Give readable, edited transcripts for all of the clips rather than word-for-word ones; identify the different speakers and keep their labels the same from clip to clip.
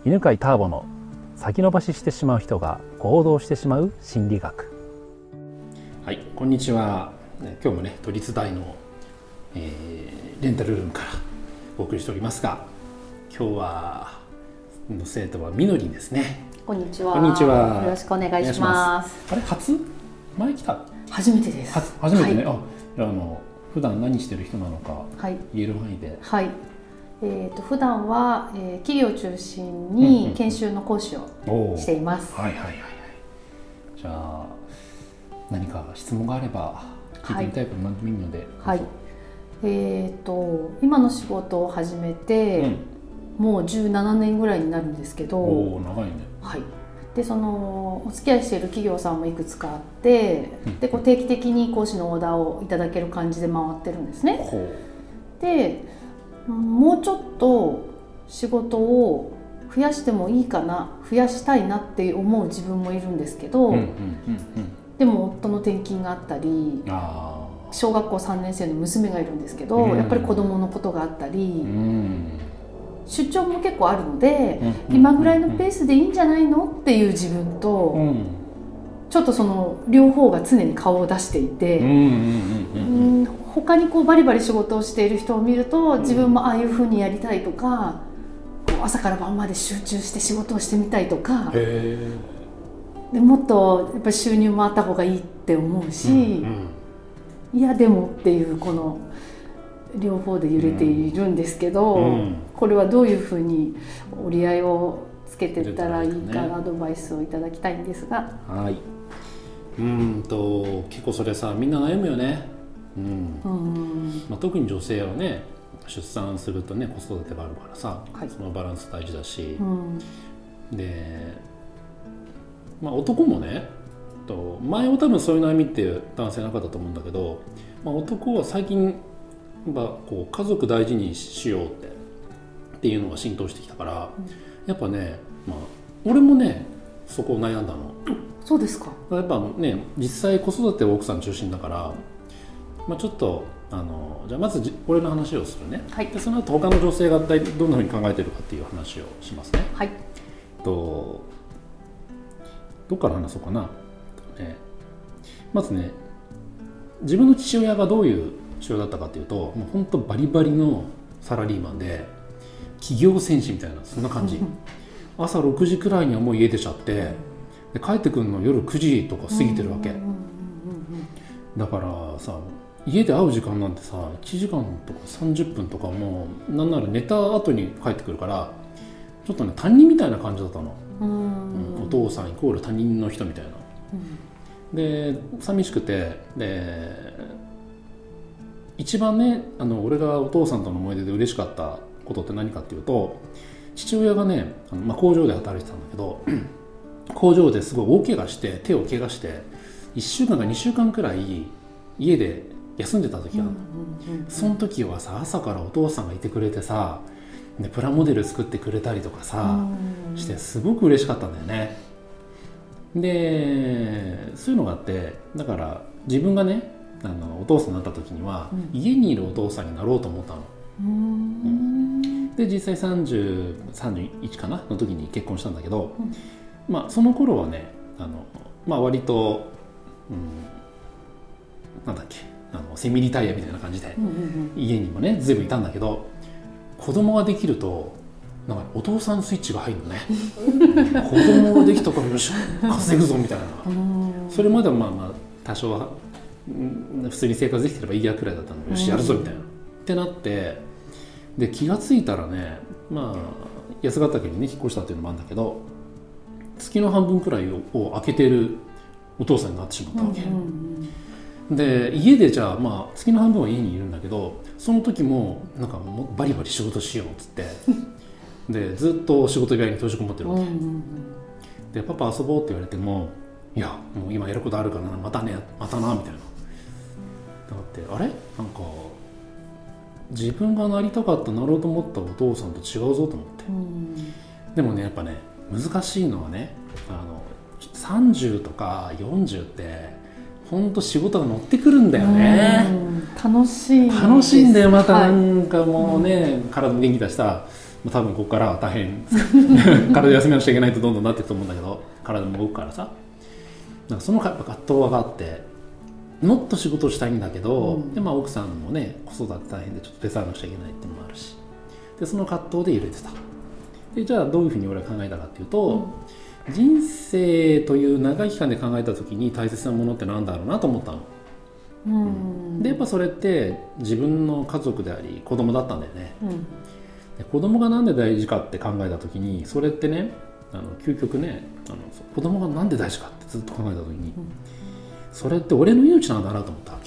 Speaker 1: 犬飼ターボの先延ばししてしまう人が行動してしまう心理学。
Speaker 2: はい、こんにちは。今日もね、都立大の、レンタルルームからお送りしておりますが、今日はの生徒はみのりんですね。
Speaker 3: こんにちは。
Speaker 2: こんにちは。
Speaker 3: よろしくお願いします。
Speaker 2: あれ、前来た？
Speaker 3: 初めてです。
Speaker 2: 初めてね。はい、普段何してる人なのか、はい、言える範囲で。
Speaker 3: はい。普段は、企業を中心に研修の講師をしています。
Speaker 2: はいはいはいはい。じゃあ何か質問があれば聞いてみたいこと何でもいいので。
Speaker 3: はい。今の仕事を始めて、もう17年ぐらいになるんですけど。
Speaker 2: おー、長いね。
Speaker 3: はい。でお付き合いしている企業さんもいくつかあって、で定期的に講師のオーダーをいただける感じで回ってるんですね。でもうちょっと仕事を増やしてもいいかな、増やしたいなって思う自分もいるんですけど、でも夫の転勤があったり、小学校3年生の娘がいるんですけど、やっぱり子供のことがあったり、出張も結構あるので、今ぐらいのペースでいいんじゃないのっていう自分と、ちょっとその両方が常に顔を出していて、他にバリバリ仕事をしている人を見ると、自分もああいう風にやりたいとか、朝から晩まで集中して仕事をしてみたいとか、でもっとやっぱり収入もあった方がいいって思うし、いやでもっていうこの両方で揺れているんですけど、これはどういう風に折り合いをつけていったらいいかアドバイスをいただきたいんですが。
Speaker 2: はい。結構それさ、みんな悩むよね。特に女性はね、出産するとね、子育てがあるからさ、そのバランス大事だし、で、男もね、前は多分そういう悩みって男性なかったと思うんだけど、男は最近家族大事にしようっていうのが浸透してきたから、やっぱね、俺もねそこを悩んだの。
Speaker 3: そうですか。
Speaker 2: やっぱね、実際子育ては奥さん中心だから、ちょっとじゃあまず俺の話をするね。でその後他の女性がどんなふうに考えてるかっていう話をしますね。
Speaker 3: はい。
Speaker 2: どっから話そうかな。まずね、自分の父親がどういう父親だったかっていうと、もう本当バリバリのサラリーマンで企業戦士みたいな、そんな感じ。朝6時くらいにはもう家出ちゃって、で帰ってくるの夜9時とか過ぎてるわけ。だからさ、家で会う時間なんてさ、1時間とか30分とか、もうなんなら寝た後に帰ってくるから、ちょっとね、他人みたいな感じだったの。お父さんイコール他人の人みたいな。で寂しくて、で一番ね、俺がお父さんとの思い出で嬉しかったことって何かっていうと、父親がね、工場で働いてたんだけど工場ですごい大怪我して、手を怪我して1週間か2週間くらい家で休んでた時がある。その時はさ、朝からお父さんがいてくれてさ、でプラモデル作ってくれたりとかさして、すごく嬉しかったんだよね。でそういうのがあって、だから自分がね、お父さんになった時には、家にいるお父さんになろうと思ったの。で実際31かなの時に結婚したんだけど、その頃はね、割と、なんだっけ、セミリタイヤみたいな感じで、家にもね随分いたんだけど、子供ができるとなんかお父さんスイッチが入るのね。子供ができたからよし稼ぐぞみたいな。それまでは多少は普通に生活できてればいいやくらいだったの。よしやるぞみたいなってなって、で気がついたらね、八ヶ岳にね引っ越したっていうのもあるんだけど、月の半分くらいを空けてるお父さんになってしまったわけ。で家でじゃあ月の半分は家にいるんだけど、その時もなんかもうバリバリ仕事しようっつってでずっと仕事部屋に閉じこもってるわけ。でパパ遊ぼうって言われても、いやもう今やることあるからな、またね、またなみたいな。だってあれ、なんか自分がなりたかった、なろうと思ったお父さんと違うぞと思って。でもね、やっぱね難しいのはね、30とか40ってほんと仕事が乗ってくるんだよね。
Speaker 3: 楽しい
Speaker 2: んだよ。またなんかもうね、体元気出した多分ここからは大変体休めなくちゃいけないとどんどんなっていくと思うんだけど、体も動くからさ、なんかその葛藤があって、もっと仕事をしたいんだけど、で奥さんもね子育て大変でちょっと手伝わなくちゃいけないっていうのもあるし、でその葛藤で揺れてた。でじゃあどういうふうに俺は考えたかっていうと、人生という長い期間で考えた時に大切なものってなんだろうなと思ったの。でやっぱそれって自分の家族であり子供だったんだよね。で子供がなんで大事かって考えた時に、それってね究極ね子供がなんで大事かってずっと考えた時に、それって俺の命なんだなと思ったわけ。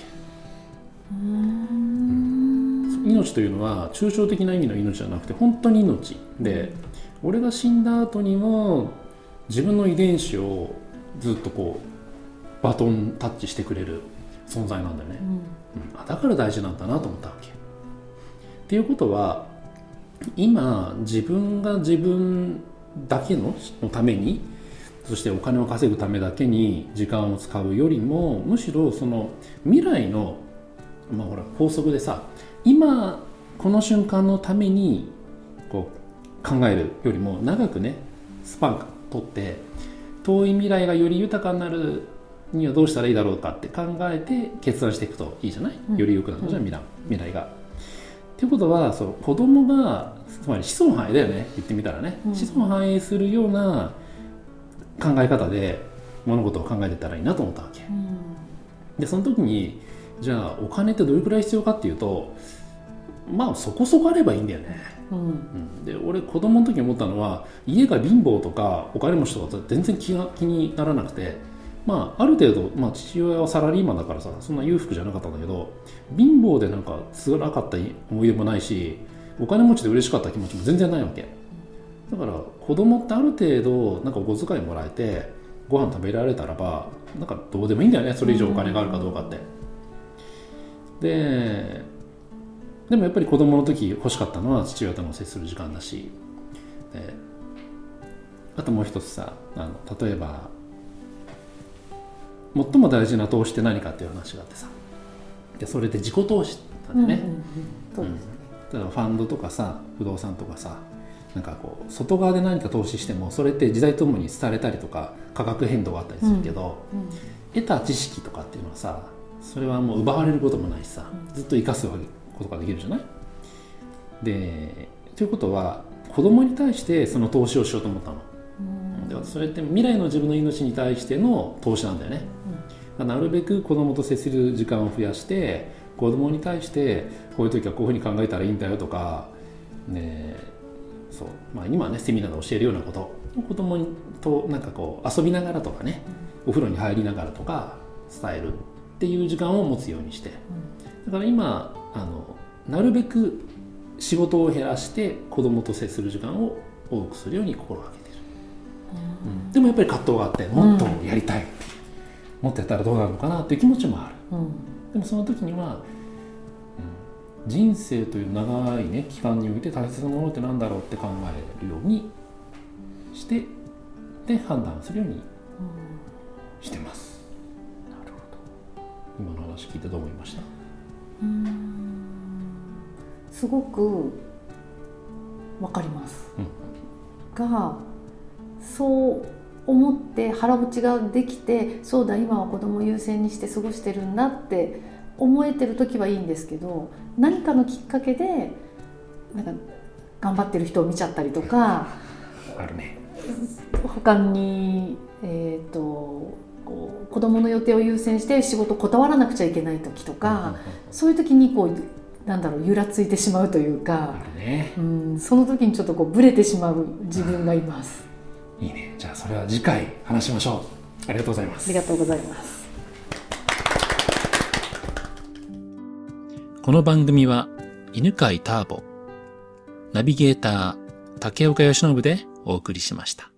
Speaker 2: 命というのは抽象的な意味の命じゃなくて本当に命で、俺が死んだ後にも自分の遺伝子をずっとこうバトンタッチしてくれる存在なんだよね。だから大事なんだなと思ったわけ。っていうことは、今自分が自分だけのために、そしてお金を稼ぐためだけに時間を使うよりも、むしろその未来の、ほら法則でさ、今この瞬間のためにこう考えるよりも長くねスパン取って、遠い未来がより豊かになるにはどうしたらいいだろうかって考えて決断していくといいじゃない、より良くなるじゃん、未来が。っていうことは、そう子供がつまり子孫繁栄だよね、言ってみたらね、子孫繁栄するような考え方で物事を考えてたらいいなと思ったわけ。でその時にじゃあお金ってどれくらい必要かっていうと、そこそこあればいいんだよね。で俺子供の時に思ったのは、家が貧乏とかお金持ちとか全然気にならなくて、ある程度、父親はサラリーマンだからさ、そんな裕福じゃなかったんだけど、貧乏でなんか辛かった思い出もないし、お金持ちで嬉しかった気持ちも全然ないわけ。だから子供ってある程度なんかお小遣いもらえてご飯食べられたらば、なんかどうでもいいんだよね、それ以上お金があるかどうかって。でもやっぱり子供の時欲しかったのは父親との接する時間だし、あともう一つさ、例えば最も大事な投資って何かっていう話があってさ、でそれで自己投資なんだよね。例えばファンドとかさ、不動産とかさ、なんかこう外側で何か投資してもそれって時代とともに廃れたりとか価格変動があったりするけど、得た知識とかっていうのはさ、それはもう奪われることもないしさ、ずっと生かすことができるじゃない。でということは子供に対してその投資をしようと思ったの。でそれって未来の自分の命に対しての投資なんだよね。なるべく子供と接する時間を増やして、子供に対してこういう時はこういうふうに考えたらいいんだよとか、そう今はねセミナーで教えるようなことを子供となんかこう遊びながらとかね、お風呂に入りながらとか伝えるっていう時間を持つようにして、だから今なるべく仕事を減らして子供と接する時間を多くするように心がけている。でもやっぱり葛藤があって、もっとやりたい、もっとやったらどうなるのかなっていう気持ちもある。でもその時には、人生という長いね期間において大切なものって何だろうって考えるようにしてで判断するようにしてます。なるほど。今の話聞いてどう思いました？
Speaker 3: すごくわかります、がそう思って腹落ちができて、そうだ今は子供を優先にして過ごしてるんだって思えてる時はいいんですけど、何かのきっかけでなんか頑張ってる人を見ちゃったりとか
Speaker 2: あるね。
Speaker 3: 他に、子供の予定を優先して仕事を断らなくちゃいけない時とか、そういう時にゆらついてしまうというか、その時にちょっとブレてしまう自分がいます。
Speaker 2: いいね。じゃあそれは次回話しましょう。ありがとうございます。
Speaker 3: ありがとうございます。
Speaker 1: この番組は犬飼ターボ、ナビゲーター竹岡由伸でお送りしました。